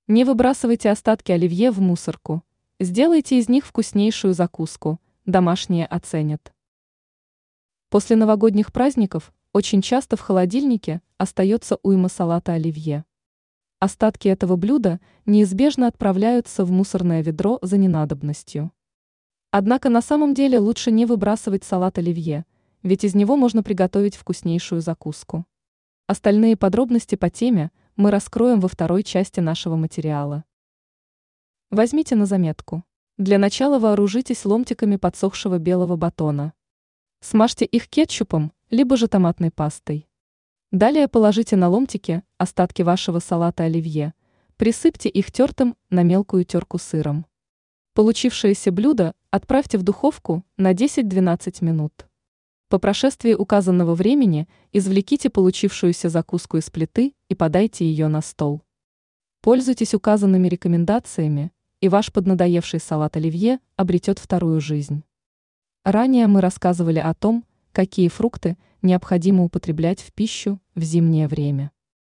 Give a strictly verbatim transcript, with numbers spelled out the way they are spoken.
Не выбрасывайте остатки оливье в мусорку. Сделайте из них вкуснейшую закуску, домашние оценят. После новогодних праздников очень часто в холодильнике остается уйма салата оливье. Остатки этого блюда неизбежно отправляются в мусорное ведро за ненадобностью. Однако на самом деле лучше не выбрасывать салат оливье, ведь из него можно приготовить вкуснейшую закуску. Остальные подробности по теме мы раскроем во второй части нашего материала. Возьмите на заметку. Для начала вооружитесь ломтиками подсохшего белого батона. Смажьте их кетчупом, либо же томатной пастой. Далее положите на ломтики остатки вашего салата оливье, присыпьте их тертым на мелкую терку сыром. Получившееся блюдо отправьте в духовку на десять-двенадцать минут. По прошествии указанного времени извлеките получившуюся закуску из плиты и подайте ее на стол. Пользуйтесь указанными рекомендациями, и ваш поднадоевший салат оливье обретет вторую жизнь. Ранее мы рассказывали о том, какие фрукты необходимо употреблять в пищу в зимнее время.